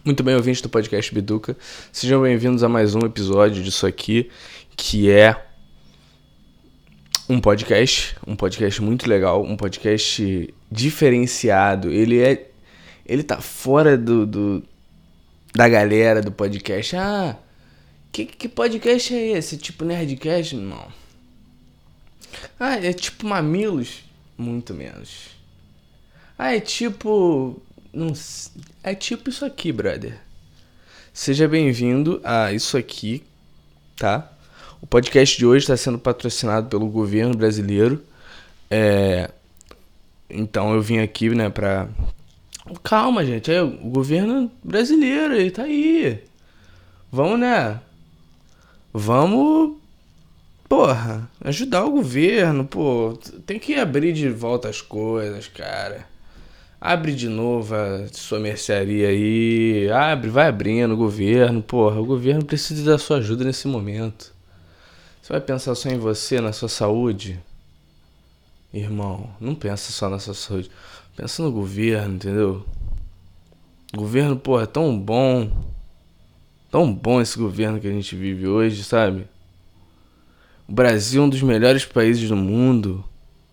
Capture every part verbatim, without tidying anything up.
Muito bem, ouvintes do podcast Biduca. Sejam bem-vindos a mais um episódio disso aqui, que é um podcast, um podcast muito legal, um podcast diferenciado. Ele é, ele tá fora do, do da galera do podcast. Ah, que, que podcast é esse? Tipo Nerdcast? Não. Ah, é tipo Mamilos? Muito menos. Ah, é tipo... Não, é tipo isso aqui, brother. Seja bem-vindo a isso aqui, tá? O podcast de hoje está sendo patrocinado pelo governo brasileiro. É... Então eu vim aqui, né, pra... Calma, gente. É o governo brasileiro, ele tá aí. Vamos, né? Vamos... Porra, ajudar o governo, pô. Tem que abrir de volta as coisas, cara. Abre de novo a sua mercearia aí. Abre, vai abrindo o governo. Porra, o governo precisa da sua ajuda nesse momento. Você vai pensar só em você, na sua saúde? Irmão, não pensa só na sua saúde. Pensa no governo, entendeu? O governo, porra, é tão bom. Tão bom esse governo que a gente vive hoje, sabe? O Brasil é um dos melhores países do mundo.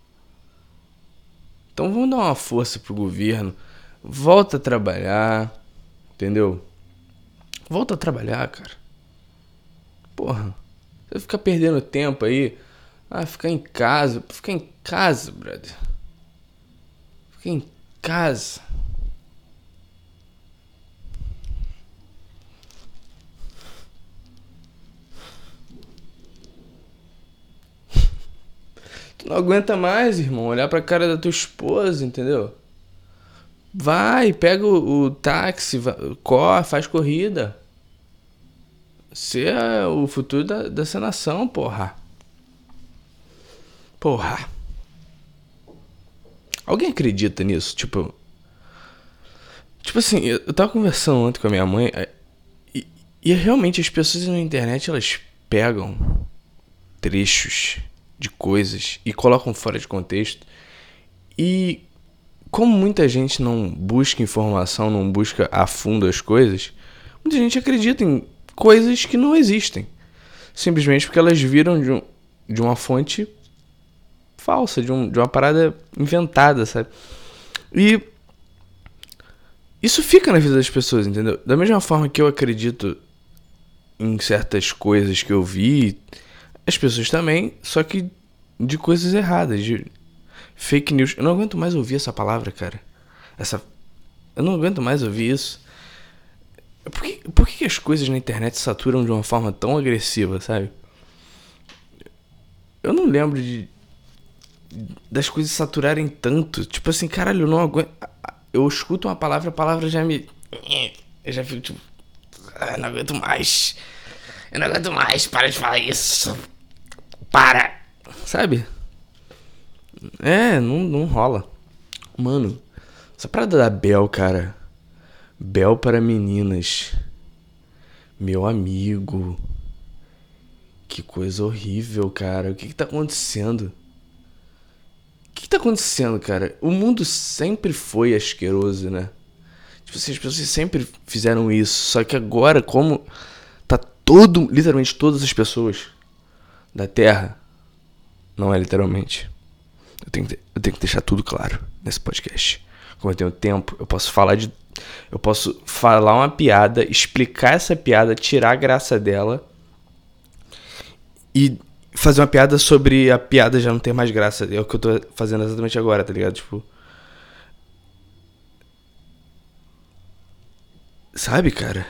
Então vamos dar uma força pro governo. Volta a trabalhar. Entendeu? Volta a trabalhar, cara. Porra. Você fica perdendo tempo aí. Ah, ficar em casa. Fica em casa, brother. Fica em casa. Tu não aguenta mais, irmão. Olhar pra cara da tua esposa, entendeu? Vai, pega o, o táxi, vai, corre, faz corrida. Você é o futuro da, dessa nação, porra. Porra. Alguém acredita nisso? Tipo. Tipo assim, eu, eu tava conversando ontem com a minha mãe. E, e realmente as pessoas na internet elas pegam trechos de coisas e colocam fora de contexto. E como muita gente não busca informação, não busca a fundo as coisas, muita gente acredita em coisas que não existem. Simplesmente porque elas viram de, um, de uma fonte falsa, de, um, de uma parada inventada, sabe? E isso fica na vida das pessoas, entendeu? Da mesma forma que eu acredito em certas coisas que eu vi, as pessoas também, só que de coisas erradas, de fake news. Eu não aguento mais ouvir essa palavra, cara. Essa... Eu não aguento mais ouvir isso. Por que, por que as coisas na internet saturam de uma forma tão agressiva, sabe? Eu não lembro de das coisas saturarem tanto. Tipo assim, caralho, eu não aguento. Eu escuto uma palavra, a palavra já me... Eu já fico tipo... Ah, não aguento mais. Eu não aguento mais, para de falar isso. Para. Sabe? É, não, não rola. Mano, essa parada da Bel, cara. Bel para meninas. Meu amigo. Que coisa horrível, cara. O que que tá acontecendo? O que que tá acontecendo, cara? O mundo sempre foi asqueroso, né? Tipo assim, as pessoas sempre fizeram isso. Só que agora, como tá todo, literalmente todas as pessoas da Terra, não é literalmente. Eu tenho, que, eu tenho que deixar tudo claro nesse podcast. Como eu tenho tempo, eu posso falar de... Eu posso falar uma piada, explicar essa piada, tirar a graça dela e fazer uma piada sobre a piada já não ter mais graça. É o que eu tô fazendo exatamente agora, tá ligado? Tipo... Sabe, cara?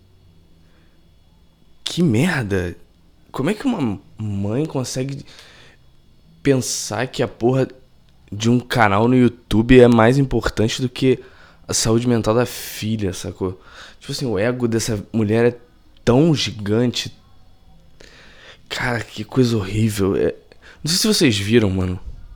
Que merda. Como é que uma mãe consegue pensar que a porra de um canal no YouTube é mais importante do que a saúde mental da filha, sacou? Tipo assim, o ego dessa mulher é tão gigante. Cara, que coisa horrível. É... Não sei se vocês viram, mano.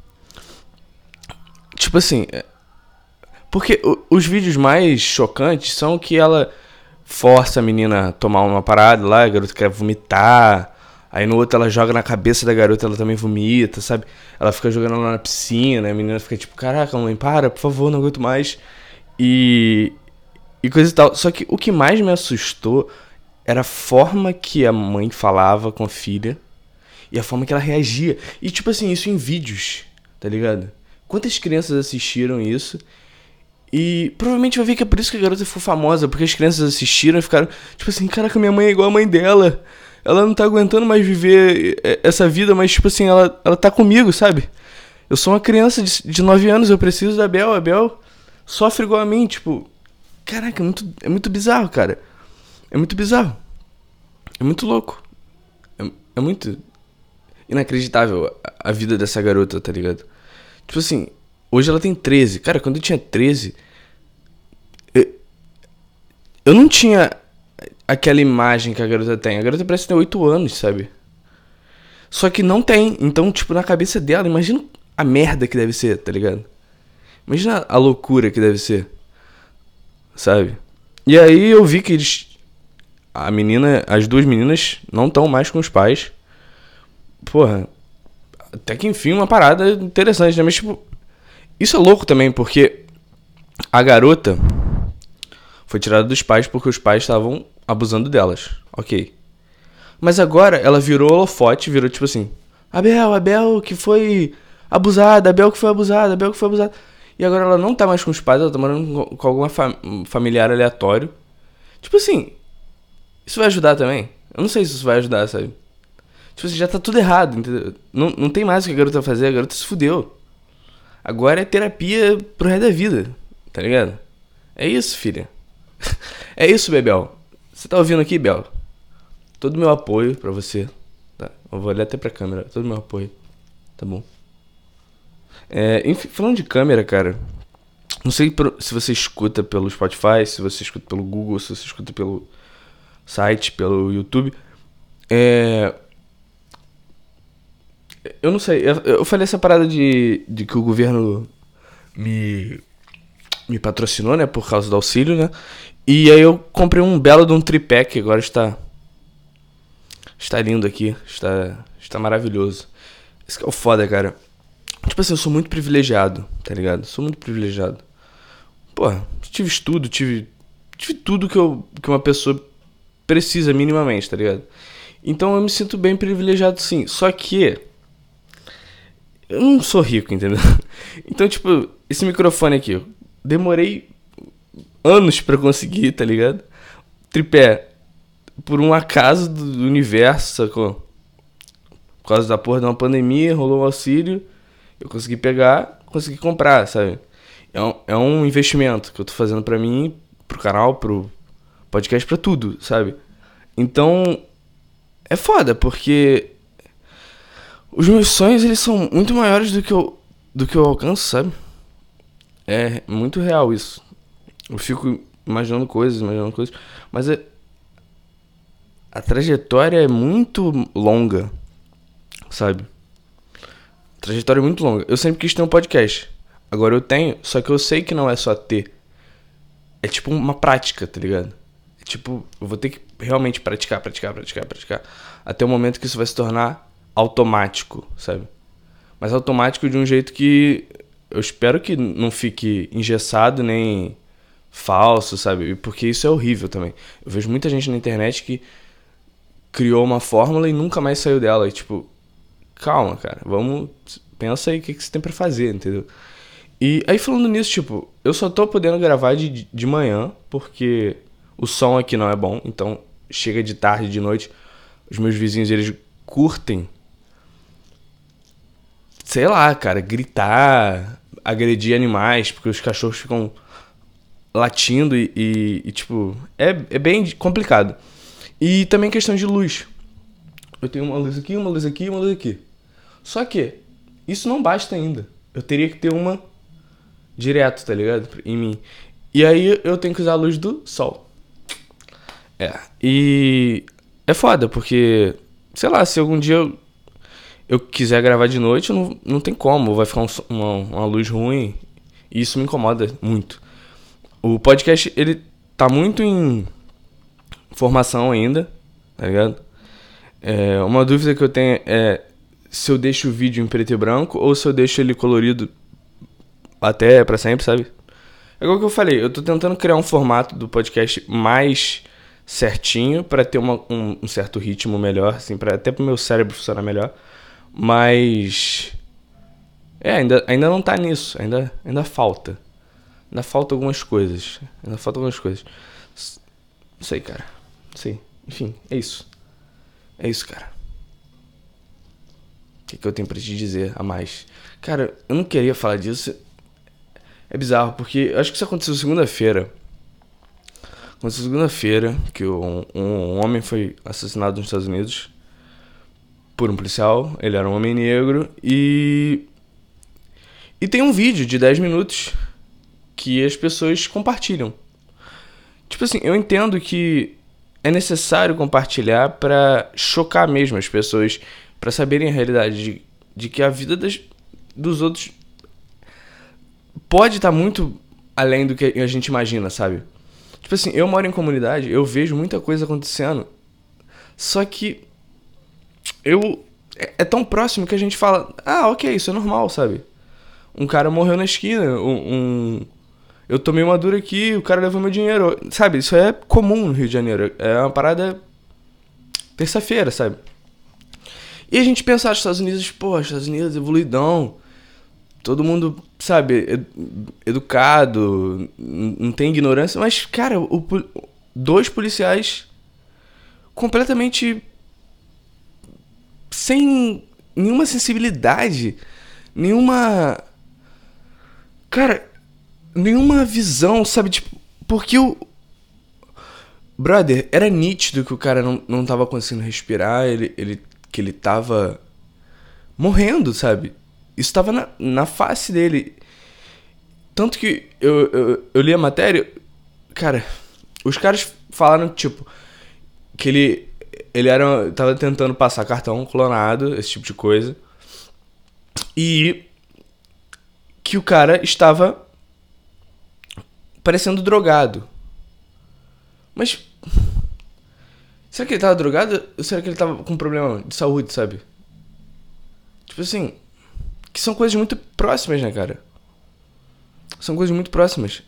Tipo assim... É... Porque os vídeos mais chocantes são que ela força a menina a tomar uma parada lá, a garota quer vomitar... Aí no outro ela joga na cabeça da garota, ela também vomita, sabe? Ela fica jogando lá na piscina, a menina fica tipo, caraca, mãe, para, por favor, não aguento mais. E, e coisa e tal. Só que o que mais me assustou era a forma que a mãe falava com a filha e a forma que ela reagia. E tipo assim, isso em vídeos, tá ligado? Quantas crianças assistiram isso? E provavelmente vai ver que é por isso que a garota ficou famosa, porque as crianças assistiram e ficaram tipo assim, caraca, minha mãe é igual a mãe dela. Ela não tá aguentando mais viver essa vida, mas tipo assim, ela, ela tá comigo, sabe? Eu sou uma criança de, de nove anos, eu preciso da Bel, a Bel sofre igual a mim, tipo... Caraca, é muito, é muito bizarro, cara. É muito bizarro. É muito louco. É, é muito inacreditável a, a vida dessa garota, tá ligado? Tipo assim, hoje ela tem treze. Cara, quando eu tinha treze... Eu, eu não tinha aquela imagem que a garota tem. A garota parece ter oito anos, sabe? Só que não tem. Então, tipo, na cabeça dela, imagina a merda que deve ser, tá ligado? Imagina a loucura que deve ser. Sabe? E aí eu vi que eles... A menina... As duas meninas não estão mais com os pais. Porra. Até que enfim, uma parada interessante, né? Mas tipo... Isso é louco também, porque... A garota... Foi tirada dos pais porque os pais estavam abusando delas. Ok. Mas agora ela virou holofote, virou tipo assim... Abel, Abel que foi abusada, Abel que foi abusada, Abel que foi abusada... E agora ela não tá mais com os pais, ela tá morando com alguma fam- familiar aleatório. Tipo assim, isso vai ajudar também? Eu não sei se isso vai ajudar, sabe? Tipo assim, já tá tudo errado, entendeu? Não, não tem mais o que a garota fazer, a garota se fudeu. Agora é terapia pro resto da vida, tá ligado? É isso, filha. É isso, Bebel. Você tá ouvindo aqui, Bel? Todo o meu apoio pra você. Tá? Eu vou olhar até pra câmera. Todo o meu apoio. Tá bom? É, enfim, falando de câmera, cara, não sei se você escuta pelo Spotify, se você escuta pelo Google, se você escuta pelo site, pelo YouTube. É, eu não sei, eu, eu falei essa parada de, de que o governo me, me patrocinou, né, por causa do auxílio, né? E aí eu comprei um belo de um tripé que agora está, está lindo aqui, está, está maravilhoso. Isso que é o foda, cara. Tipo assim, eu sou muito privilegiado, tá ligado? Sou muito privilegiado. Porra, tive estudo, tive, tive tudo que, eu, que uma pessoa precisa minimamente, tá ligado? Então eu me sinto bem privilegiado sim. Só que eu não sou rico, entendeu? Então, tipo, esse microfone aqui, eu demorei anos pra conseguir, tá ligado? Tripé, por um acaso do universo, sacou? Por causa da porra de uma pandemia, rolou um auxílio... Eu consegui pegar, consegui comprar, sabe? É um, é um investimento que eu tô fazendo pra mim, pro canal, pro podcast, pra tudo, sabe? Então, é foda, porque os meus sonhos, eles são muito maiores do que eu, do que eu alcanço, sabe? É muito real isso. Eu fico imaginando coisas, imaginando coisas, mas é, a trajetória é muito longa, sabe? Trajetória muito longa. Eu sempre quis ter um podcast. Agora eu tenho, só que eu sei que não é só ter. É tipo uma prática, tá ligado? É tipo, eu vou ter que realmente praticar, praticar, praticar, praticar. Até o momento que isso vai se tornar automático, sabe? Mas automático de um jeito que eu espero que não fique engessado nem falso, sabe? Porque isso é horrível também. Eu vejo muita gente na internet que criou uma fórmula e nunca mais saiu dela. E tipo... Calma, cara, vamos... Pensa aí o que, que você tem pra fazer, entendeu? E aí falando nisso, tipo... Eu só tô podendo gravar de, de manhã, porque o som aqui não é bom. Então, chega de tarde, de noite... Os meus vizinhos, eles curtem... Sei lá, cara, gritar... Agredir animais, porque os cachorros ficam... Latindo e, e, e tipo... É, é bem complicado. E também questão de luz... Eu tenho uma luz aqui, uma luz aqui e uma luz aqui. Só que isso não basta ainda. Eu teria que ter uma direto, tá ligado? Em mim. E aí eu tenho que usar a luz do sol. É. E é foda, porque... Sei lá, se algum dia eu, eu quiser gravar de noite, não, não tem como. Vai ficar um, uma, uma luz ruim. E isso me incomoda muito. O podcast, ele tá muito em formação ainda, tá ligado? É, uma dúvida que eu tenho é se eu deixo o vídeo em preto e branco ou se eu deixo ele colorido até pra sempre, sabe? É igual que eu falei, eu tô tentando criar um formato do podcast mais certinho pra ter uma, um, um certo ritmo melhor, assim, pra, até pro meu cérebro funcionar melhor. Mas... É, ainda, ainda não tá nisso, ainda, ainda falta. Ainda falta algumas coisas. Ainda falta algumas coisas. Não sei, cara. Não sei. Enfim, é isso. É isso, cara. O que, que eu tenho pra te dizer a mais? Cara, eu não queria falar disso. É bizarro, porque acho que isso aconteceu segunda-feira. Aconteceu segunda-feira que um, um homem foi assassinado nos Estados Unidos por um policial. Ele era um homem negro e... E tem um vídeo de dez minutos que as pessoas compartilham. Tipo assim, eu entendo que é necessário compartilhar pra chocar mesmo as pessoas, pra saberem a realidade de, de que a vida das, dos outros pode estar muito além do que a gente imagina, sabe? Tipo assim, eu moro em comunidade, eu vejo muita coisa acontecendo, só que eu é, é tão próximo que a gente fala, ah, ok, isso é normal, sabe? Um cara morreu na esquina, um, um eu tomei uma dura aqui, o cara levou meu dinheiro, sabe? Isso é comum no Rio de Janeiro, é uma parada terça-feira, sabe? E a gente pensa nos Estados Unidos, pô, Estados Unidos, evoluidão, todo mundo, sabe, educado, não tem ignorância. Mas, cara, o, dois policiais completamente sem nenhuma sensibilidade, nenhuma... Cara, nenhuma visão, sabe? Tipo, porque o... Brother, era nítido que o cara não, não tava conseguindo respirar, ele, ele, que ele tava morrendo, sabe? Isso tava na, na face dele. Tanto que eu, eu, eu li a matéria. Cara, os caras falaram, tipo, que ele, ele era, tava tentando passar cartão clonado, esse tipo de coisa. E que o cara estava parecendo drogado. Mas será que ele tava drogado? Ou será que ele tava com problema de saúde, sabe? Tipo assim, que são coisas muito próximas, né, cara? São coisas muito próximas.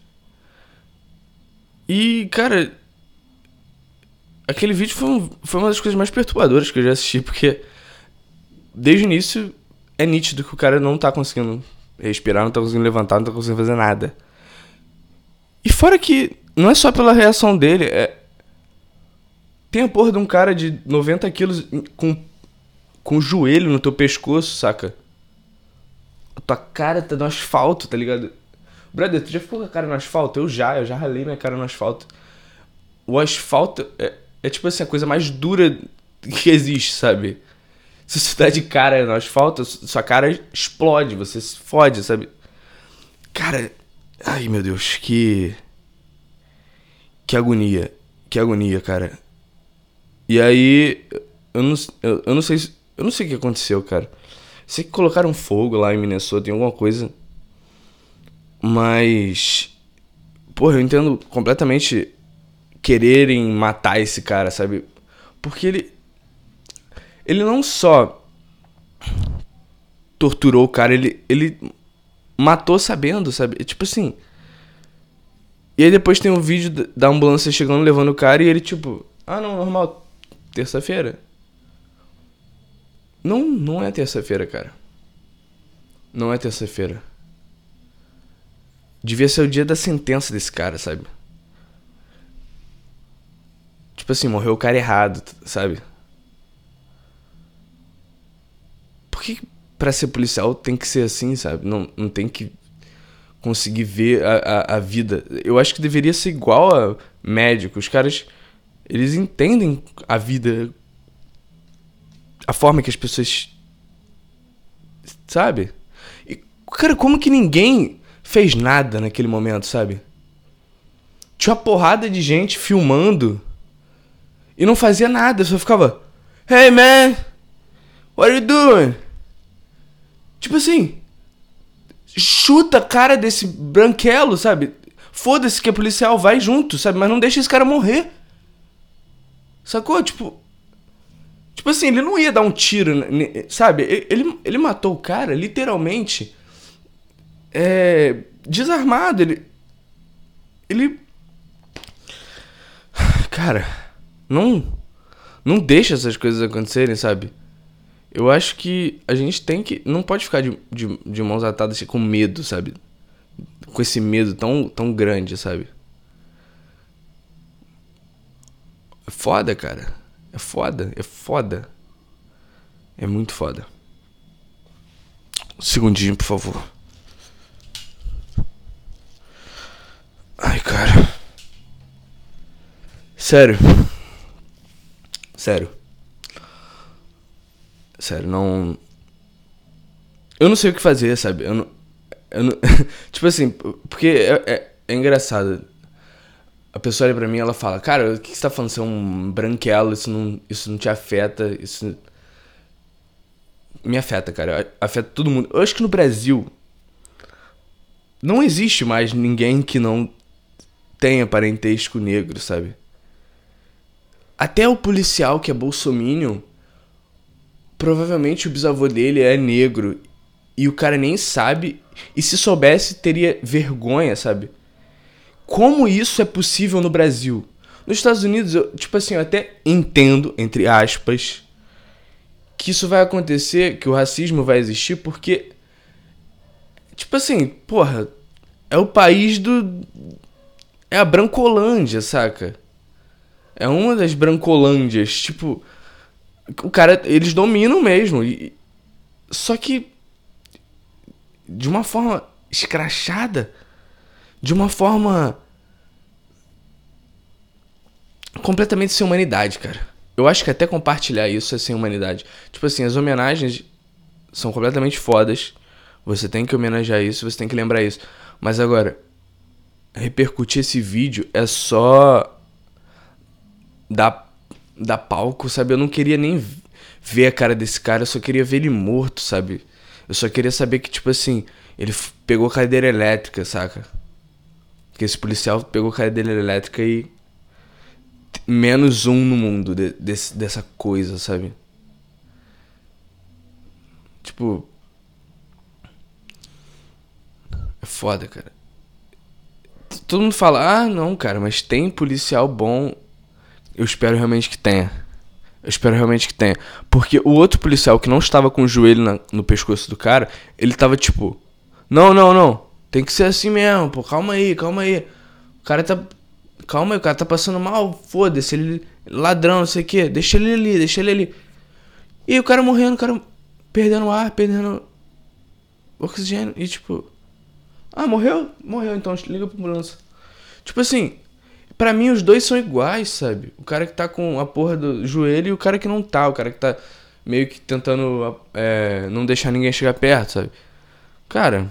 E, cara, aquele vídeo foi, um, foi uma das coisas mais perturbadoras que eu já assisti, porque desde o início é nítido que o cara não tá conseguindo respirar, não tá conseguindo levantar, não tá conseguindo fazer nada. E fora que não é só pela reação dele, é... Tem a porra de um cara de noventa quilos com, com o joelho no teu pescoço, saca? A tua cara tá no asfalto, tá ligado? Brother, tu já ficou com a cara no asfalto? Eu já, eu já ralei minha cara no asfalto. O asfalto é, é tipo assim, a coisa mais dura que existe, sabe? Se você tá de cara no asfalto, sua cara explode, você se fode, sabe? Cara, ai meu Deus, que... Que agonia, que agonia, cara. E aí, eu não, eu, eu não sei, eu não sei o que aconteceu, cara. Sei que colocaram fogo lá em Minnesota, tem alguma coisa. Mas, porra, eu entendo completamente quererem matar esse cara, sabe? Porque ele, ele não só torturou o cara, ele, ele matou sabendo, sabe? Tipo assim... E aí depois tem um vídeo da ambulância chegando, levando o cara, e ele tipo... Ah, não, normal, terça-feira. Não, não é terça-feira, cara. Não é terça-feira. Devia ser o dia da sentença desse cara, sabe? Tipo assim, morreu o cara errado, sabe? Por que pra ser policial tem que ser assim, sabe? Não, não tem que conseguir ver a, a, a vida. Eu acho que deveria ser igual a médico. Os caras, eles entendem a vida, a forma que as pessoas... Sabe? E, cara, como que ninguém fez nada naquele momento, sabe? Tinha uma porrada de gente filmando e não fazia nada, só ficava: Hey man, what are you doing? Tipo assim, chuta a cara desse branquelo, sabe? Foda-se que é policial, vai junto, sabe? Mas não deixa esse cara morrer. Sacou? Tipo... Tipo assim, ele não ia dar um tiro, sabe? Ele, ele matou o cara, literalmente, é, desarmado. Ele, Ele... Cara, não... Não deixa essas coisas acontecerem, sabe? Eu acho que a gente tem que... Não pode ficar de, de, de mãos atadas assim, com medo, sabe? Com esse medo tão, tão grande, sabe? É foda, cara. É foda, é foda. É muito foda. Um segundinho, por favor. Ai, cara. Sério. Sério. Sério, não... Eu não sei o que fazer, sabe? Eu não... Eu não... Tipo assim, porque é, é, é engraçado. A pessoa olha pra mim e ela fala: cara, o que você tá falando? Você é um branquelo, isso não, isso não te afeta, isso... Me afeta, cara. Afeta todo mundo. Eu acho que no Brasil não existe mais ninguém que não tenha parentesco negro, sabe? Até o policial que é bolsominion, provavelmente o bisavô dele é negro e o cara nem sabe, e se soubesse teria vergonha, sabe? Como isso é possível no Brasil? Nos Estados Unidos, eu, tipo assim, eu até entendo, entre aspas, que isso vai acontecer, que o racismo vai existir, porque, tipo assim, porra, é o país do... É a Brancolândia, saca? É uma das Brancolândias, tipo... O cara, eles dominam mesmo. E, só que... De uma forma escrachada. De uma forma... Completamente sem humanidade, cara. Eu acho que até compartilhar isso é sem humanidade. Tipo assim, as homenagens são completamente fodas. Você tem que homenagear isso, você tem que lembrar isso. Mas agora... Repercutir esse vídeo é só... Dar, dar palco, sabe? Eu não queria nem ver a cara desse cara, eu só queria ver ele morto, sabe? Eu só queria saber que, tipo assim, ele pegou cadeira elétrica, saca? Que esse policial pegou cadeira elétrica e... Menos um no mundo de, desse, dessa coisa, sabe? Tipo... É foda, cara. Todo mundo fala, ah, não, cara, mas tem policial bom... Eu espero realmente que tenha. Eu espero realmente que tenha. Porque o outro policial que não estava com o joelho na, no pescoço do cara, ele tava tipo... Não, não, não. Tem que ser assim mesmo, pô. Calma aí, calma aí. O cara tá... Calma aí, o cara tá passando mal. Foda-se, ele... Ladrão, não sei o que. Deixa ele ali, deixa ele ali. E o cara morrendo, o cara perdendo ar, perdendo... Oxigênio. E tipo... Ah, morreu? Morreu, então liga pra ambulância. Tipo assim... Pra mim, os dois são iguais, sabe? O cara que tá com a porra do joelho e o cara que não tá. O cara que tá meio que tentando é, não deixar ninguém chegar perto, sabe? Cara...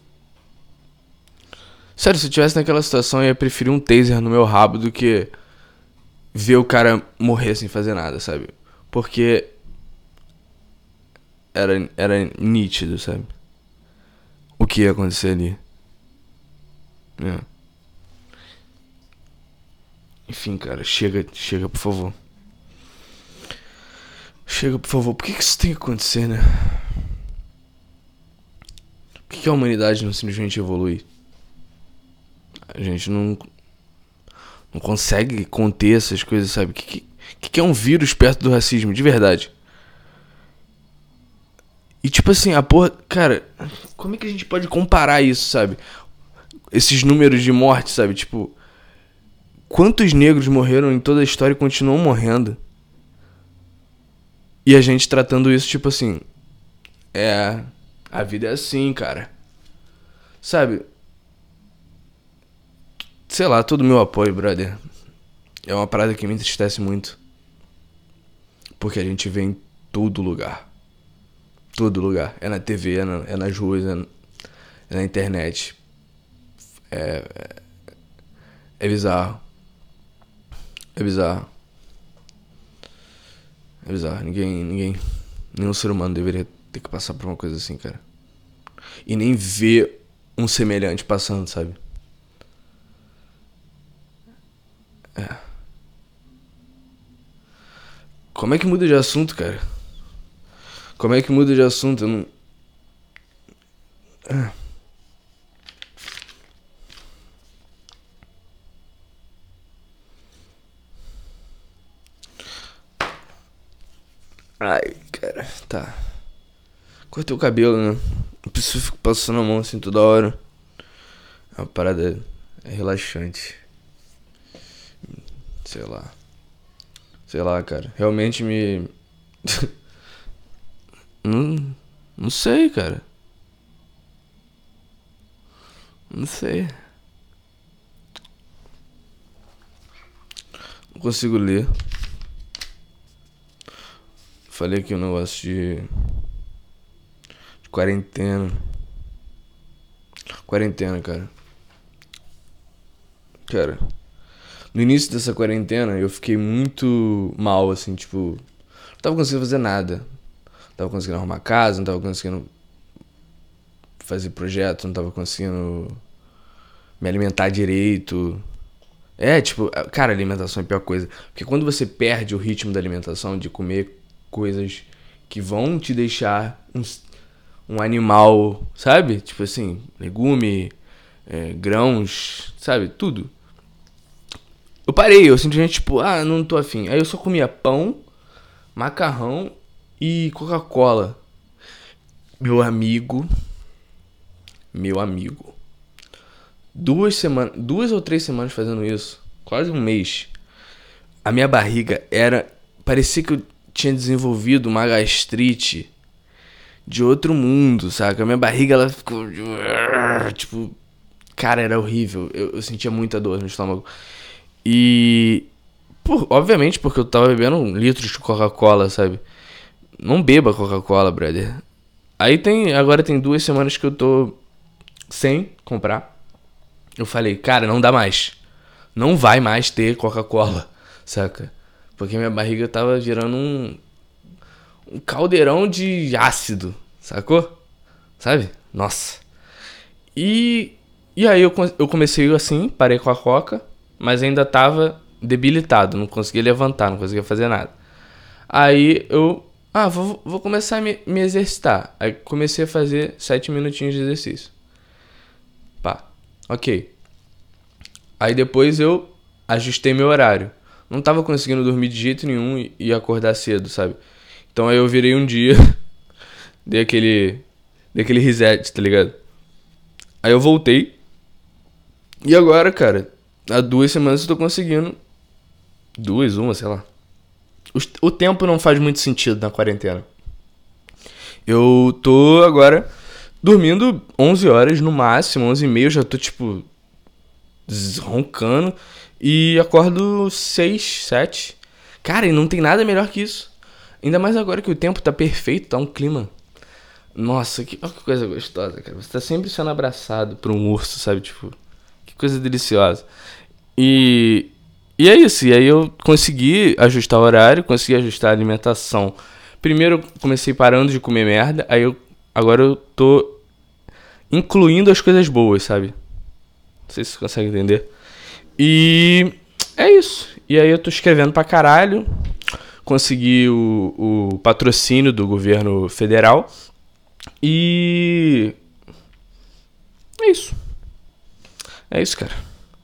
Sério, se eu tivesse naquela situação, eu ia preferir um taser no meu rabo do que ver o cara morrer sem fazer nada, sabe? Porque... Era, era nítido, sabe? O que ia acontecer ali. É. Enfim, cara, chega, chega, por favor. Chega, por favor. Por que, que isso tem que acontecer, né? Por que, que a humanidade não simplesmente evolui? A gente não... Não consegue conter essas coisas, sabe? O que, que, que é um vírus perto do racismo, de verdade? E tipo assim, a porra... Cara, como é que a gente pode comparar isso, sabe? Esses números de morte, sabe? Tipo... Quantos negros morreram em toda a história e continuam morrendo? E a gente tratando isso tipo assim... É... A vida é assim, cara. Sabe? Sei lá, todo o meu apoio, brother. É uma parada que me entristece muito. Porque a gente vê em todo lugar. Todo lugar. É na T V, é, na, é nas ruas, é na, é na internet. É... É, é bizarro. É bizarro. É bizarro. Ninguém, ninguém... Nenhum ser humano deveria ter que passar por uma coisa assim, cara. E nem ver um semelhante passando, sabe? É. Como é que muda de assunto, cara? Como é que muda de assunto? Eu não... É. Ai, cara, tá. Cortei o cabelo, né? Eu preciso ficar passando a mão assim toda hora. É uma parada é relaxante. Sei lá. Sei lá, cara. Realmente me. não, não sei, cara. Não sei. Não consigo ler. Falei aqui um negócio de. de quarentena. Quarentena, cara. Cara. No início dessa quarentena eu fiquei muito mal, assim, tipo. Não tava conseguindo fazer nada. Não tava conseguindo arrumar casa, não tava conseguindo fazer projeto, não tava conseguindo me alimentar direito. É, tipo, cara, alimentação é a pior coisa. Porque quando você perde o ritmo da alimentação, de comer coisas que vão te deixar um, um animal, sabe? Tipo assim, legume, é, grãos, sabe? Tudo. Eu parei, eu simplesmente, tipo, ah, não tô afim. Aí eu só comia pão, macarrão e Coca-Cola. Meu amigo, meu amigo. Duas semanas, duas ou três semanas fazendo isso, quase um mês. A minha barriga era, parecia que eu tinha desenvolvido uma gastrite de outro mundo, saca? A minha barriga, ela ficou, tipo, cara, era horrível. Eu, eu sentia muita dor no estômago. E, por, obviamente, porque eu tava bebendo um litro de Coca-Cola, sabe? Não beba Coca-Cola, brother. Aí tem, agora tem duas semanas que eu tô sem comprar. Eu falei, cara, não dá mais. Não vai mais ter Coca-Cola, saca? Porque minha barriga tava virando um, um caldeirão de ácido, sacou? Sabe? Nossa. E, e aí eu, eu comecei assim, parei com a Coca, mas ainda tava debilitado, não conseguia levantar, não conseguia fazer nada. Aí eu, ah, vou, vou começar a me, me exercitar. Aí comecei a fazer sete minutinhos de exercício. Pá, ok. Aí depois eu ajustei meu horário. Não tava conseguindo dormir de jeito nenhum e, e acordar cedo, sabe? Então aí eu virei um dia, dei aquele, dei aquele reset, tá ligado? Aí eu voltei. E agora, cara, há duas semanas eu tô conseguindo. Duas, uma, sei lá. O, o tempo não faz muito sentido na quarentena. Eu tô agora dormindo onze horas no máximo, onze e meia, eu já tô tipo roncando e acordo seis, sete. Cara, e não tem nada melhor que isso. Ainda mais agora que o tempo tá perfeito, tá um clima. Nossa, que, que coisa gostosa, cara. Você tá sempre sendo abraçado por um urso, sabe? Tipo, que coisa deliciosa. E, e é isso. E aí eu consegui ajustar o horário, consegui ajustar a alimentação. Primeiro eu comecei parando de comer merda, aí eu agora eu tô incluindo as coisas boas, sabe? Não sei se você consegue entender. E é isso. E aí eu tô escrevendo pra caralho. Consegui o, o patrocínio do governo federal. E é isso. É isso, cara.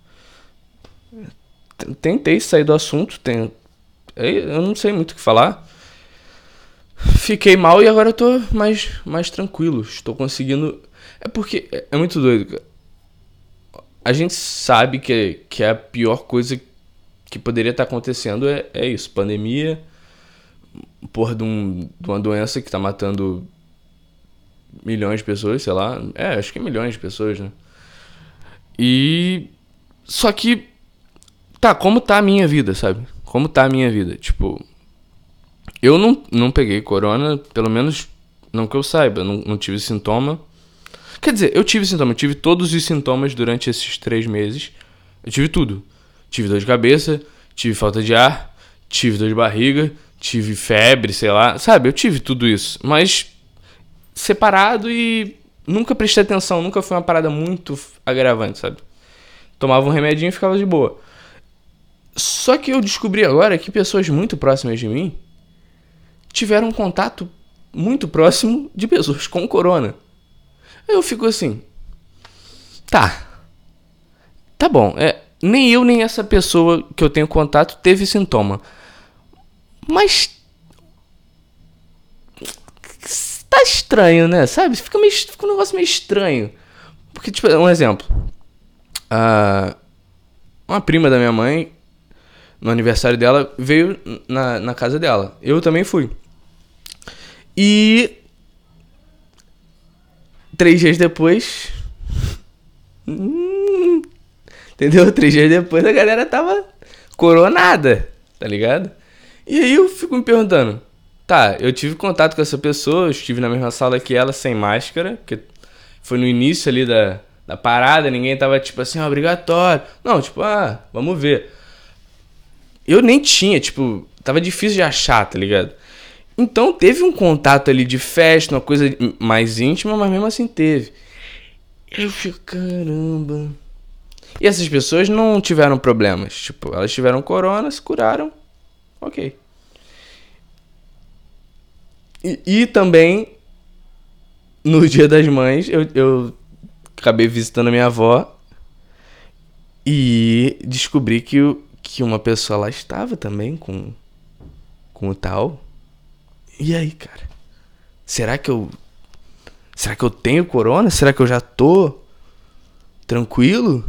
Tentei sair do assunto. Tem... Eu não sei muito o que falar. Fiquei mal e agora eu tô mais, mais tranquilo. Estou conseguindo... É porque é muito doido, cara. A gente sabe que, que a pior coisa que poderia estar acontecendo é, é isso. Pandemia. Porra de, um, de uma doença que tá matando milhões de pessoas, sei lá. É, acho que é milhões de pessoas, né? E... Só que... Tá, como tá a minha vida, sabe? Como tá a minha vida? Tipo... Eu não, não peguei corona, pelo menos não que eu saiba. Não, não tive sintoma. Quer dizer, eu tive sintoma. Eu tive todos os sintomas durante esses três meses. Eu tive tudo. Tive dor de cabeça, tive falta de ar, tive dor de barriga, tive febre, sei lá. Sabe, eu tive tudo isso. Mas separado e nunca prestei atenção. Nunca foi uma parada muito agravante, sabe? Tomava um remedinho e ficava de boa. Só que eu descobri agora que pessoas muito próximas de mim tiveram um contato muito próximo de pessoas com corona. Aí eu fico assim... Tá. Tá bom. É, nem eu, nem essa pessoa que eu tenho contato teve sintoma. Mas... tá estranho, né? Sabe? Fica, meio, fica um negócio meio estranho. Porque, tipo, um exemplo. Uh, uma prima da minha mãe, no aniversário dela, veio na, na casa dela. Eu também fui. E... Três dias depois... Hum, entendeu? Três dias depois a galera tava coronada, tá ligado? E aí eu fico me perguntando... Tá, eu tive contato com essa pessoa, eu estive na mesma sala que ela, sem máscara, porque foi no início ali da, da parada, ninguém tava tipo assim, ó, obrigatório. Não, tipo, ah, vamos ver. Eu nem tinha, tipo, tava difícil de achar, tá ligado? Então teve um contato ali de festa, uma coisa mais íntima, mas mesmo assim teve. Eu fico, caramba. E essas pessoas não tiveram problemas, tipo, elas tiveram corona, se curaram, ok. E, e também, no Dia das Mães, eu, eu acabei visitando a minha avó e descobri que, que uma pessoa lá estava também com, com o tal. E aí, cara? Será que eu... Será que eu tenho corona? Será que eu já tô tranquilo?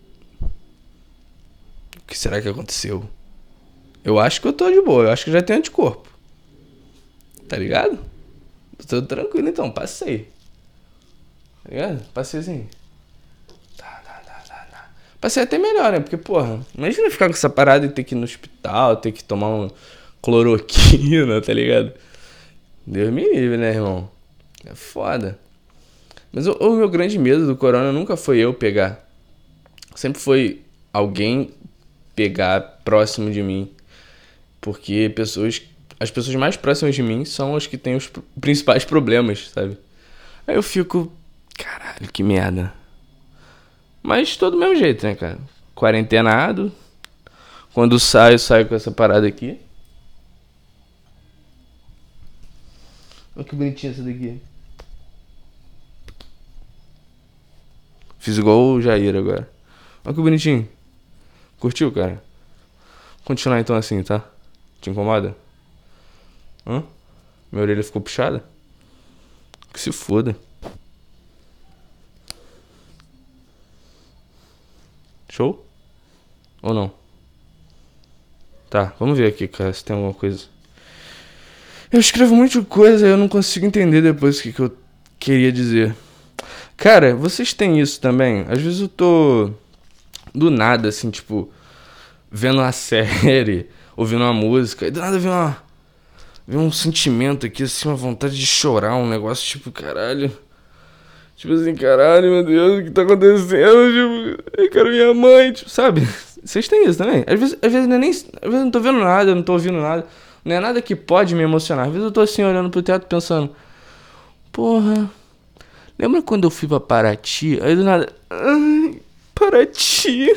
O que será que aconteceu? Eu acho que eu tô de boa, eu acho que já tenho anticorpo. Tá ligado? Tô tranquilo então, passei. Tá ligado? Passei assim. Tá, tá, tá, tá, tá. Passei até melhor, né? Porque, porra, imagina ficar com essa parada e ter que ir no hospital, ter que tomar uma cloroquina, tá ligado? Deus me livre, né, irmão? É foda. Mas o, o meu grande medo do corona nunca foi eu pegar. Sempre foi alguém pegar próximo de mim. Porque pessoas... As pessoas mais próximas de mim são as que têm os principais problemas, sabe? Aí eu fico... Caralho, que merda. Mas todo do mesmo jeito, né, cara? Quarentenado. Quando saio, saio com essa parada aqui. Olha que bonitinha essa daqui. Fiz igual o Jair agora. Olha que bonitinho. Curtiu, cara? Continuar então assim, tá? Te incomoda? Hã? Minha orelha ficou puxada? Que se foda. Show? Ou não? Tá, vamos ver aqui, cara, se tem alguma coisa. Eu escrevo muita coisa e eu não consigo entender depois o que, que eu queria dizer. Cara, vocês têm isso também? Às vezes eu tô do nada, assim, tipo, vendo uma série, ouvindo uma música, e do nada vem uma... Vem um sentimento aqui, assim, uma vontade de chorar, um negócio tipo, caralho. Tipo assim, caralho, meu Deus, o que tá acontecendo? Tipo, eu quero minha mãe, tipo, sabe? Vocês têm isso também? Às vezes, às vezes, não é nem, às vezes eu não tô vendo nada, eu não tô ouvindo nada. Não é nada que pode me emocionar. Às vezes eu tô assim, olhando pro teatro, pensando, porra, lembra quando eu fui pra Paraty? Aí do nada, ai, Paraty.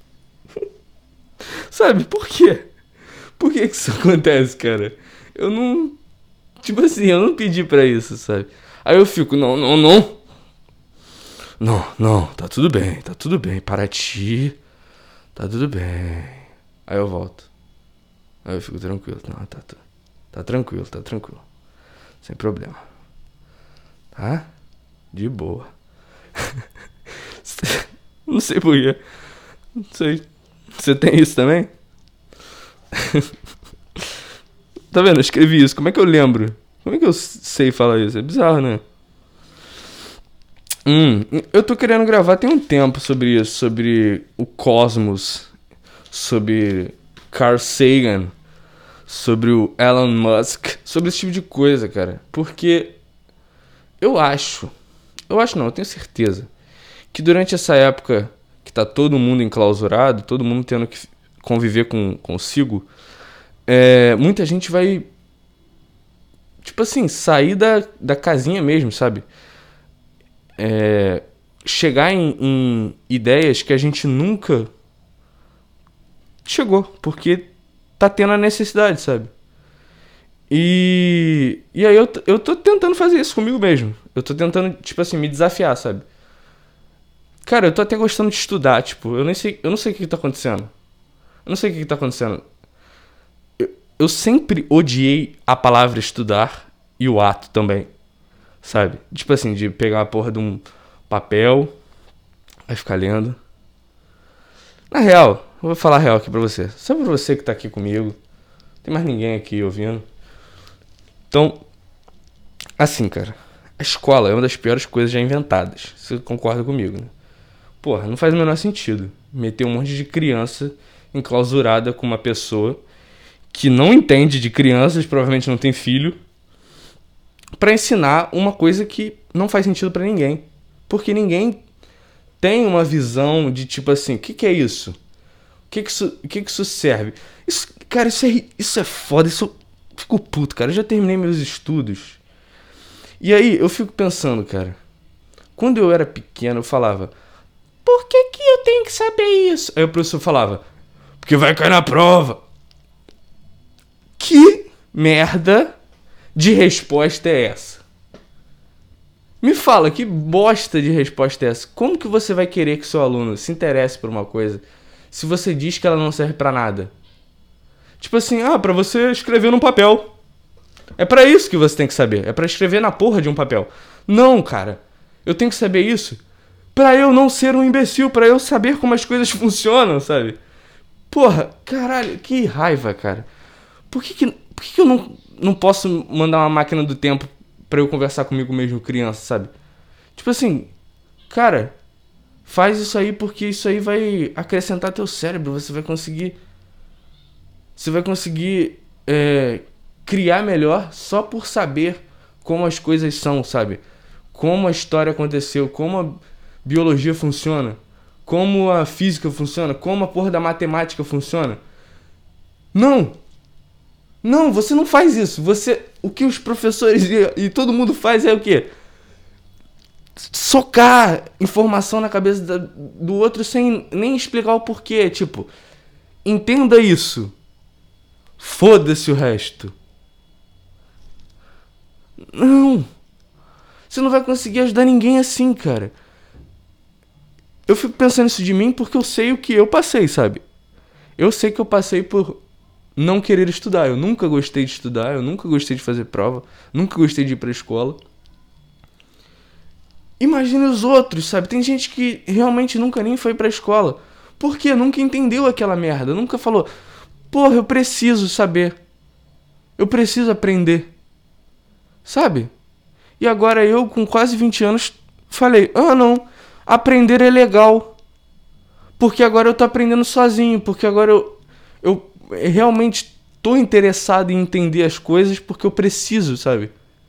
Sabe, por quê? Por que que isso acontece, cara? Eu não... Tipo assim, eu não pedi pra isso, sabe? Aí eu fico, não, não, não. Não, não, tá tudo bem, tá tudo bem. Paraty, tá tudo bem. Aí eu volto. Aí eu fico tranquilo. Não, tá, tá, tá tranquilo, tá tranquilo. Sem problema. Tá? De boa. Não sei porquê. Não sei. Você tem isso também? Tá vendo? Eu escrevi isso. Como é que eu lembro? Como é que eu sei falar isso? É bizarro, né? Hum, eu tô querendo gravar tem um tempo sobre isso. Sobre o cosmos. Sobre Carl Sagan. Sobre o Elon Musk. Sobre esse tipo de coisa, cara. Porque eu acho... Eu acho não, eu tenho certeza. Que durante essa época que tá todo mundo enclausurado, todo mundo tendo que conviver com consigo... É, muita gente vai, tipo assim, sair da, da casinha mesmo, sabe? É, chegar em, em ideias que a gente nunca chegou, porque tá tendo a necessidade, sabe? E, e aí eu, eu tô tentando fazer isso comigo mesmo. Eu tô tentando, tipo assim, me desafiar, sabe? Cara, eu tô até gostando de estudar, tipo, eu nem sei, eu não sei o que, que tá acontecendo. Eu não sei o que, que tá acontecendo. Eu sempre odiei a palavra estudar e o ato também. sabe? Tipo assim, de pegar a porra de um papel, vai ficar lendo. Na real, eu vou falar a real aqui pra você. Só pra você que tá aqui comigo. Não tem mais ninguém aqui ouvindo. Então, assim, cara. A escola é uma das piores coisas já inventadas. Você concorda comigo, né? Porra, não faz o menor sentido meter um monte de criança enclausurada com uma pessoa que não entende de crianças, provavelmente não tem filho, pra ensinar uma coisa que não faz sentido pra ninguém. Porque ninguém tem uma visão de tipo assim, o que, que é isso? O que que isso, o que que isso serve? Isso, cara, isso é, isso é foda, isso eu fico puto, cara. Eu já terminei meus estudos. E aí, eu fico pensando, cara. Quando eu era pequeno, eu falava, por que que eu tenho que saber isso? Aí o professor falava, porque vai cair na prova. Que merda de resposta é essa? Me fala, que bosta de resposta é essa? Como que você vai querer que seu aluno se interesse por uma coisa se você diz que ela não serve pra nada? Tipo assim, ah, pra você escrever num papel. É pra isso que você tem que saber. É pra escrever na porra de um papel. Não, cara. Eu tenho que saber isso pra eu não ser um imbecil, pra eu saber como as coisas funcionam, sabe? Porra, caralho, que raiva, cara. Por que que, por que, que eu não, não posso mandar uma máquina do tempo pra eu conversar comigo mesmo criança, sabe? Tipo assim, cara, faz isso aí porque isso aí vai acrescentar teu cérebro. Você vai conseguir... Você vai conseguir é, criar melhor só por saber como as coisas são, sabe? Como a história aconteceu, como a biologia funciona, como a física funciona, como a porra da matemática funciona. Não! Não, você não faz isso. Você, o que os professores e, e todo mundo faz é o quê? Socar informação na cabeça da, do outro sem nem explicar o porquê. Tipo, entenda isso. Foda-se o resto. Não. Você não vai conseguir ajudar ninguém assim, cara. Eu fico pensando isso de mim porque eu sei o que eu passei, sabe? Eu sei que eu passei por não querer estudar. Eu nunca gostei de estudar, eu nunca gostei de fazer prova, nunca gostei de ir pra escola. Imagina os outros, sabe? Tem gente que realmente nunca nem foi pra escola. Por quê? Nunca entendeu aquela merda. Nunca falou, porra, eu preciso saber. Eu preciso aprender. Sabe? E agora eu, com quase vinte anos, falei, ah, não, aprender é legal. Porque agora eu tô aprendendo sozinho. Porque agora eu, eu realmente tô interessado em entender as coisas porque eu preciso, sabe?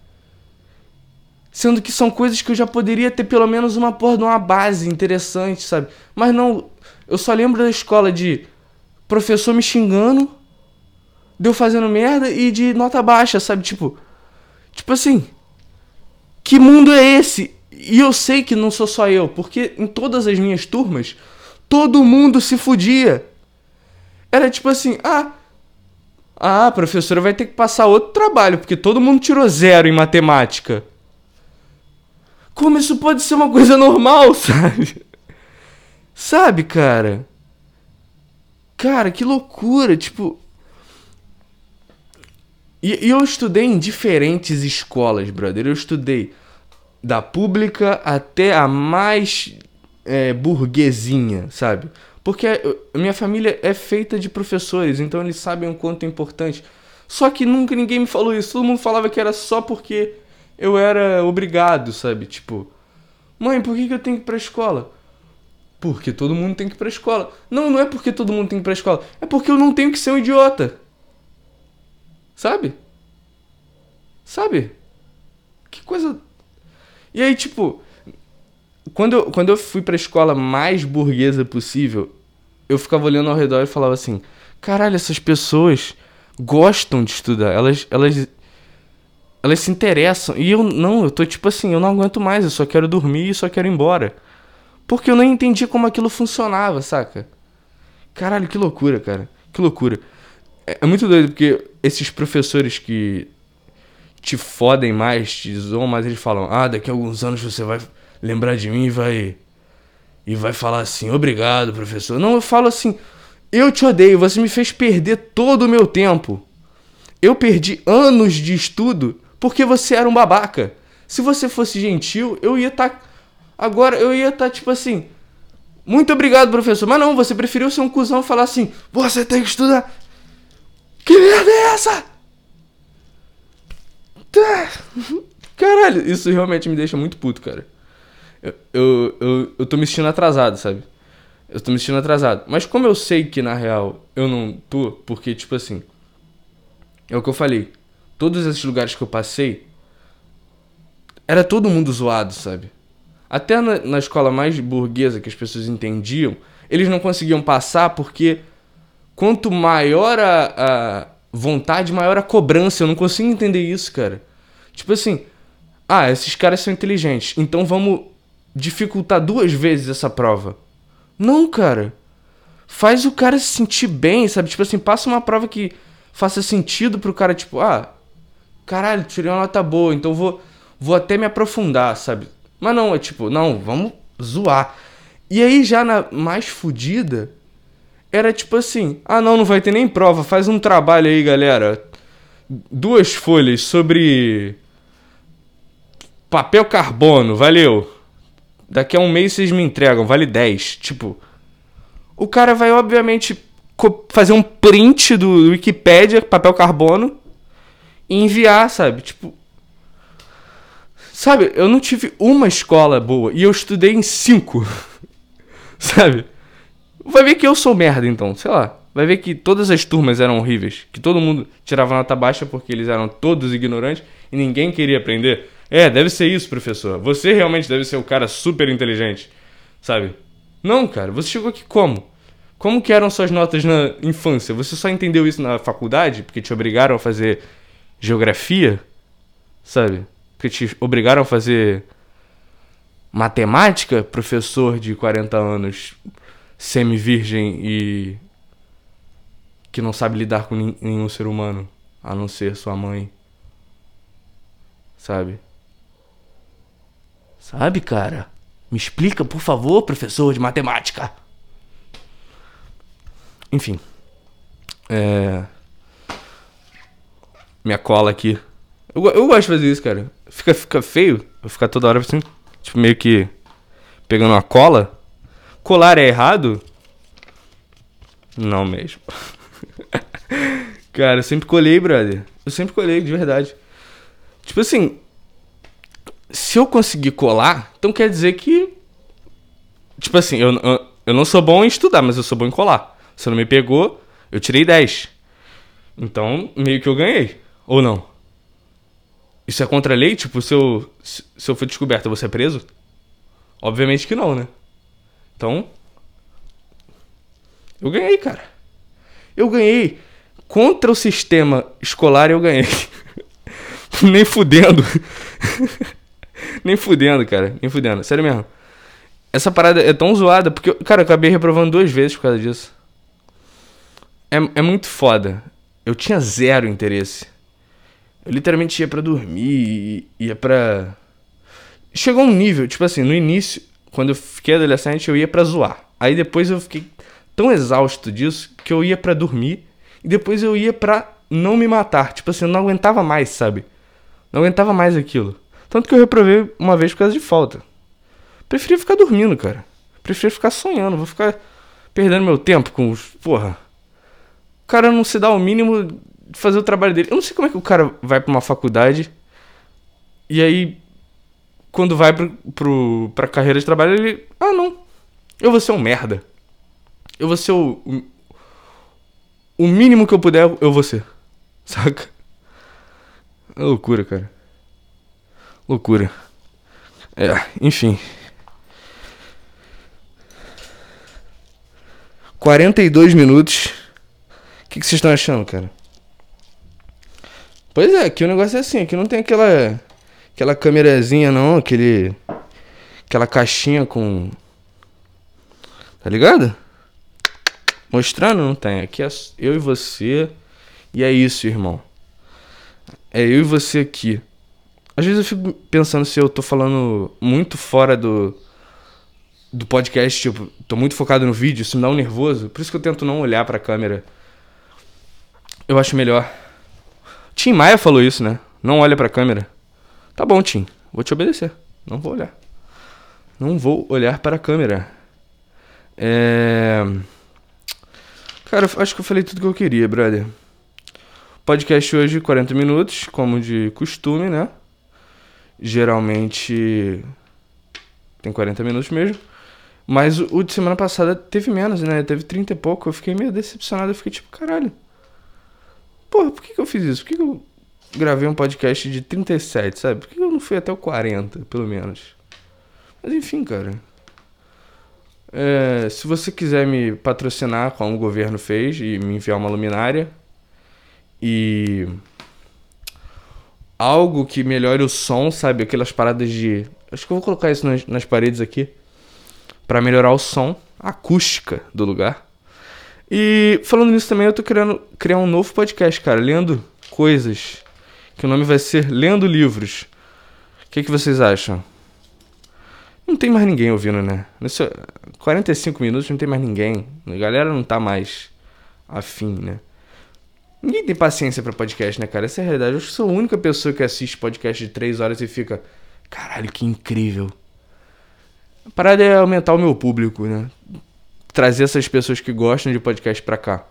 Sendo que são coisas que eu já poderia ter pelo menos uma porra de uma base interessante, sabe? Mas não, eu só lembro da escola de professor me xingando, de eu fazendo merda e de nota baixa, sabe? Tipo, tipo assim, que mundo é esse? E eu sei que não sou só eu, porque em todas as minhas turmas, todo mundo se fudia. Era tipo assim, ah, ah, a professora vai ter que passar outro trabalho, porque todo mundo tirou zero em matemática. Como isso pode ser uma coisa normal, sabe? Sabe, cara? Cara, que loucura, tipo... E, e eu estudei em diferentes escolas, brother. Eu estudei da pública até a mais é, burguesinha, sabe? Porque a minha família é feita de professores, então eles sabem o quanto é importante. Só que nunca ninguém me falou isso. Todo mundo falava que era só porque eu era obrigado, sabe? Tipo, mãe, por que que eu tenho que ir pra escola? Porque todo mundo tem que ir pra escola. Não, não é porque todo mundo tem que ir pra escola. É porque eu não tenho que ser um idiota. Sabe? Sabe? Que coisa... E aí, tipo... Quando eu, quando eu fui pra escola mais burguesa possível, eu ficava olhando ao redor e falava assim, caralho, essas pessoas gostam de estudar. Elas... Elas... Elas se interessam. E eu não, eu tô tipo assim, eu não aguento mais. Eu só quero dormir e só quero ir embora. Porque eu nem entendi como aquilo funcionava, saca? Caralho, que loucura, cara. Que loucura. É, é muito doido, porque esses professores que te fodem mais, te zoam mais, eles falam, ah, daqui a alguns anos você vai lembrar de mim e vai... E vai falar assim, obrigado, professor. Não, eu falo assim, eu te odeio, você me fez perder todo o meu tempo. Eu perdi anos de estudo porque você era um babaca. Se você fosse gentil, eu ia estar... Tá, agora, eu ia estar, tá, tipo assim... Muito obrigado, professor. Mas não, você preferiu ser um cuzão e falar assim... Você tem que estudar... Que merda é essa? Caralho, isso realmente me deixa muito puto, cara. Eu, eu, eu, eu tô me sentindo atrasado, sabe? Eu tô me sentindo atrasado. Mas como eu sei que, na real, eu não tô... Porque, tipo assim... É o que eu falei. Todos esses lugares que eu passei... Era todo mundo zoado, sabe? Até na, na escola mais burguesa que as pessoas entendiam... Eles não conseguiam passar porque... Quanto maior a, a vontade, maior a cobrança. Eu não consigo entender isso, cara. Tipo assim... Ah, esses caras são inteligentes. Então vamos dificultar duas vezes essa prova. Não, cara. Faz o cara se sentir bem, sabe? Tipo assim, passa uma prova que faça sentido pro cara, tipo... Ah, caralho, tirei uma nota boa, então vou, vou até me aprofundar, sabe? Mas não, é tipo... Não, vamos zoar. E aí já na mais fodida... Era tipo assim, ah não, não vai ter nem prova, faz um trabalho aí, galera. Duas folhas sobre papel carbono, valeu. Daqui a um mês vocês me entregam, vale dez. Tipo, o cara vai obviamente fazer um print do Wikipedia, papel carbono, e enviar, sabe? Tipo, sabe, eu não tive uma escola boa e eu estudei em cinco, sabe? Vai ver que eu sou merda, então, sei lá. Vai ver que todas as turmas eram horríveis. Que todo mundo tirava nota baixa porque eles eram todos ignorantes e ninguém queria aprender. É, deve ser isso, professor. Você realmente deve ser o cara super inteligente, sabe? Não, cara, você chegou aqui como? Como que eram suas notas na infância? Você só entendeu isso na faculdade porque te obrigaram a fazer geografia, sabe? Porque te obrigaram a fazer matemática, professor de quarenta anos... semi-virgem e que não sabe lidar com nenhum ser humano, a não ser sua mãe. Sabe? Sabe, cara? Me explica, por favor, professor de matemática. Enfim. É... Minha cola aqui. Eu, eu gosto de fazer isso, cara. Fica, fica feio eu ficar toda hora assim, tipo, meio que pegando uma cola. Colar é errado? Não mesmo. Cara, eu sempre colei, brother. Eu sempre colei, de verdade. Tipo assim, se eu conseguir colar, então quer dizer que... Tipo assim, eu, eu, eu não sou bom em estudar, mas eu sou bom em colar. Se não me pegou, eu tirei dez. Então, meio que eu ganhei. Ou não? Isso é contra a lei? Tipo, se eu, se eu for descoberto, eu vou ser preso? Obviamente que não, né? Então, eu ganhei, cara. Eu ganhei. Contra o sistema escolar eu ganhei. Nem fudendo. Nem fudendo, cara. Nem fudendo. Sério mesmo. Essa parada é tão zoada porque, cara, eu acabei reprovando duas vezes por causa disso. É, é muito foda. Eu tinha zero interesse. Eu literalmente ia pra dormir, ia pra... Chegou um nível, tipo assim, no início... Quando eu fiquei adolescente, eu ia pra zoar. Aí depois eu fiquei tão exausto disso que eu ia pra dormir. E depois eu ia pra não me matar. Tipo assim, eu não aguentava mais, sabe? Não aguentava mais aquilo. Tanto que eu reprovei uma vez por causa de falta. Preferia ficar dormindo, cara. Preferia ficar sonhando. Vou ficar perdendo meu tempo com os... Porra. O cara não se dá o mínimo de fazer o trabalho dele. Eu não sei como é que o cara vai pra uma faculdade e aí... Quando vai pro, pro, pra carreira de trabalho, ele... Ah, não. Eu vou ser um merda. Eu vou ser o... O, o mínimo que eu puder, eu vou ser. Saca? É loucura, cara. Loucura. É, enfim. quarenta e dois minutos. O que, que vocês estão achando, cara? Pois é, aqui o negócio é assim. Aqui não tem aquela... Aquela câmerazinha não, aquele... Aquela caixinha com... Tá ligado? Mostrando, não tem. Aqui é eu e você. E é isso, irmão. É eu e você aqui. Às vezes eu fico pensando se eu tô falando muito fora do... Do podcast, tipo... Tô muito focado no vídeo, isso me dá um nervoso. Por isso que eu tento não olhar pra câmera. Eu acho melhor. Tim Maia falou isso, né? Não olha pra câmera. Tá bom, Tim. Vou te obedecer. Não vou olhar. Não vou olhar para a câmera. É... Cara, acho que eu falei tudo que eu queria, brother. Podcast hoje, quarenta minutos, como de costume, né? Geralmente tem quarenta minutos mesmo. Mas o, o de semana passada teve menos, né? Teve trinta e pouco. Eu fiquei meio decepcionado. Eu fiquei tipo, caralho. Porra, por que que eu fiz isso? Por que que eu gravei um podcast de trinta e sete, sabe? Por que que eu não fui até o quarenta, pelo menos? Mas enfim, cara. É, se você quiser me patrocinar, como o governo fez, e me enviar uma luminária e algo que melhore o som, sabe? Aquelas paradas de... Acho que eu vou colocar isso nas, nas paredes aqui pra melhorar o som, a acústica do lugar. E falando nisso também, eu tô querendo criar um novo podcast, cara, lendo coisas, que o nome vai ser Lendo Livros. O que que vocês acham? Não tem mais ninguém ouvindo, né? Nesse quarenta e cinco minutos não tem mais ninguém. A galera não tá mais afim, né? Ninguém tem paciência pra podcast, né, cara? Essa é a realidade. Eu acho que sou a única pessoa que assiste podcast de três horas e fica... Caralho, que incrível. A parada é aumentar o meu público, né? Trazer essas pessoas que gostam de podcast pra cá.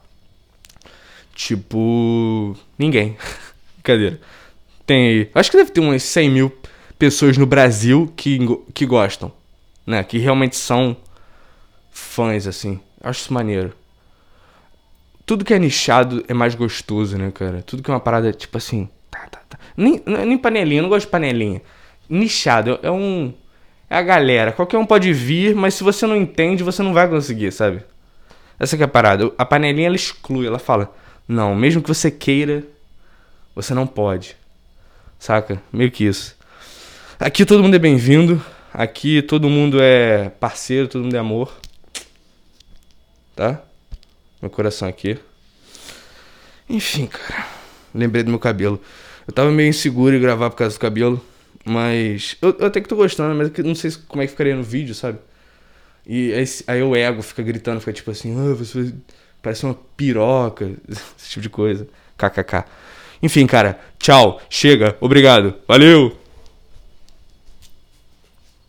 Tipo... Ninguém. Brincadeira. Tem... Acho que deve ter umas cem mil pessoas no Brasil que, que gostam, né? Que realmente são fãs, assim. Acho isso maneiro. Tudo que é nichado é mais gostoso, né, cara? Tudo que é uma parada, tipo assim... Tá, tá, tá. Nem, nem panelinha, eu não gosto de panelinha. Nichado é um... É a galera. Qualquer um pode vir, mas se você não entende, você não vai conseguir, sabe? Essa que é a parada. A panelinha, ela exclui. Ela fala... Não, mesmo que você queira, você não pode. Saca? Meio que isso. Aqui todo mundo é bem-vindo. Aqui todo mundo é parceiro, todo mundo é amor. Tá? Meu coração aqui. Enfim, cara. Lembrei do meu cabelo. Eu tava meio inseguro em gravar por causa do cabelo. Mas... Eu, eu até que tô gostando, mas eu não sei como é que ficaria no vídeo, sabe? E aí, aí o ego fica gritando, fica tipo assim... Ah, você parece uma piroca. Esse tipo de coisa. Kkk. Enfim, cara. Tchau. Chega. Obrigado. Valeu.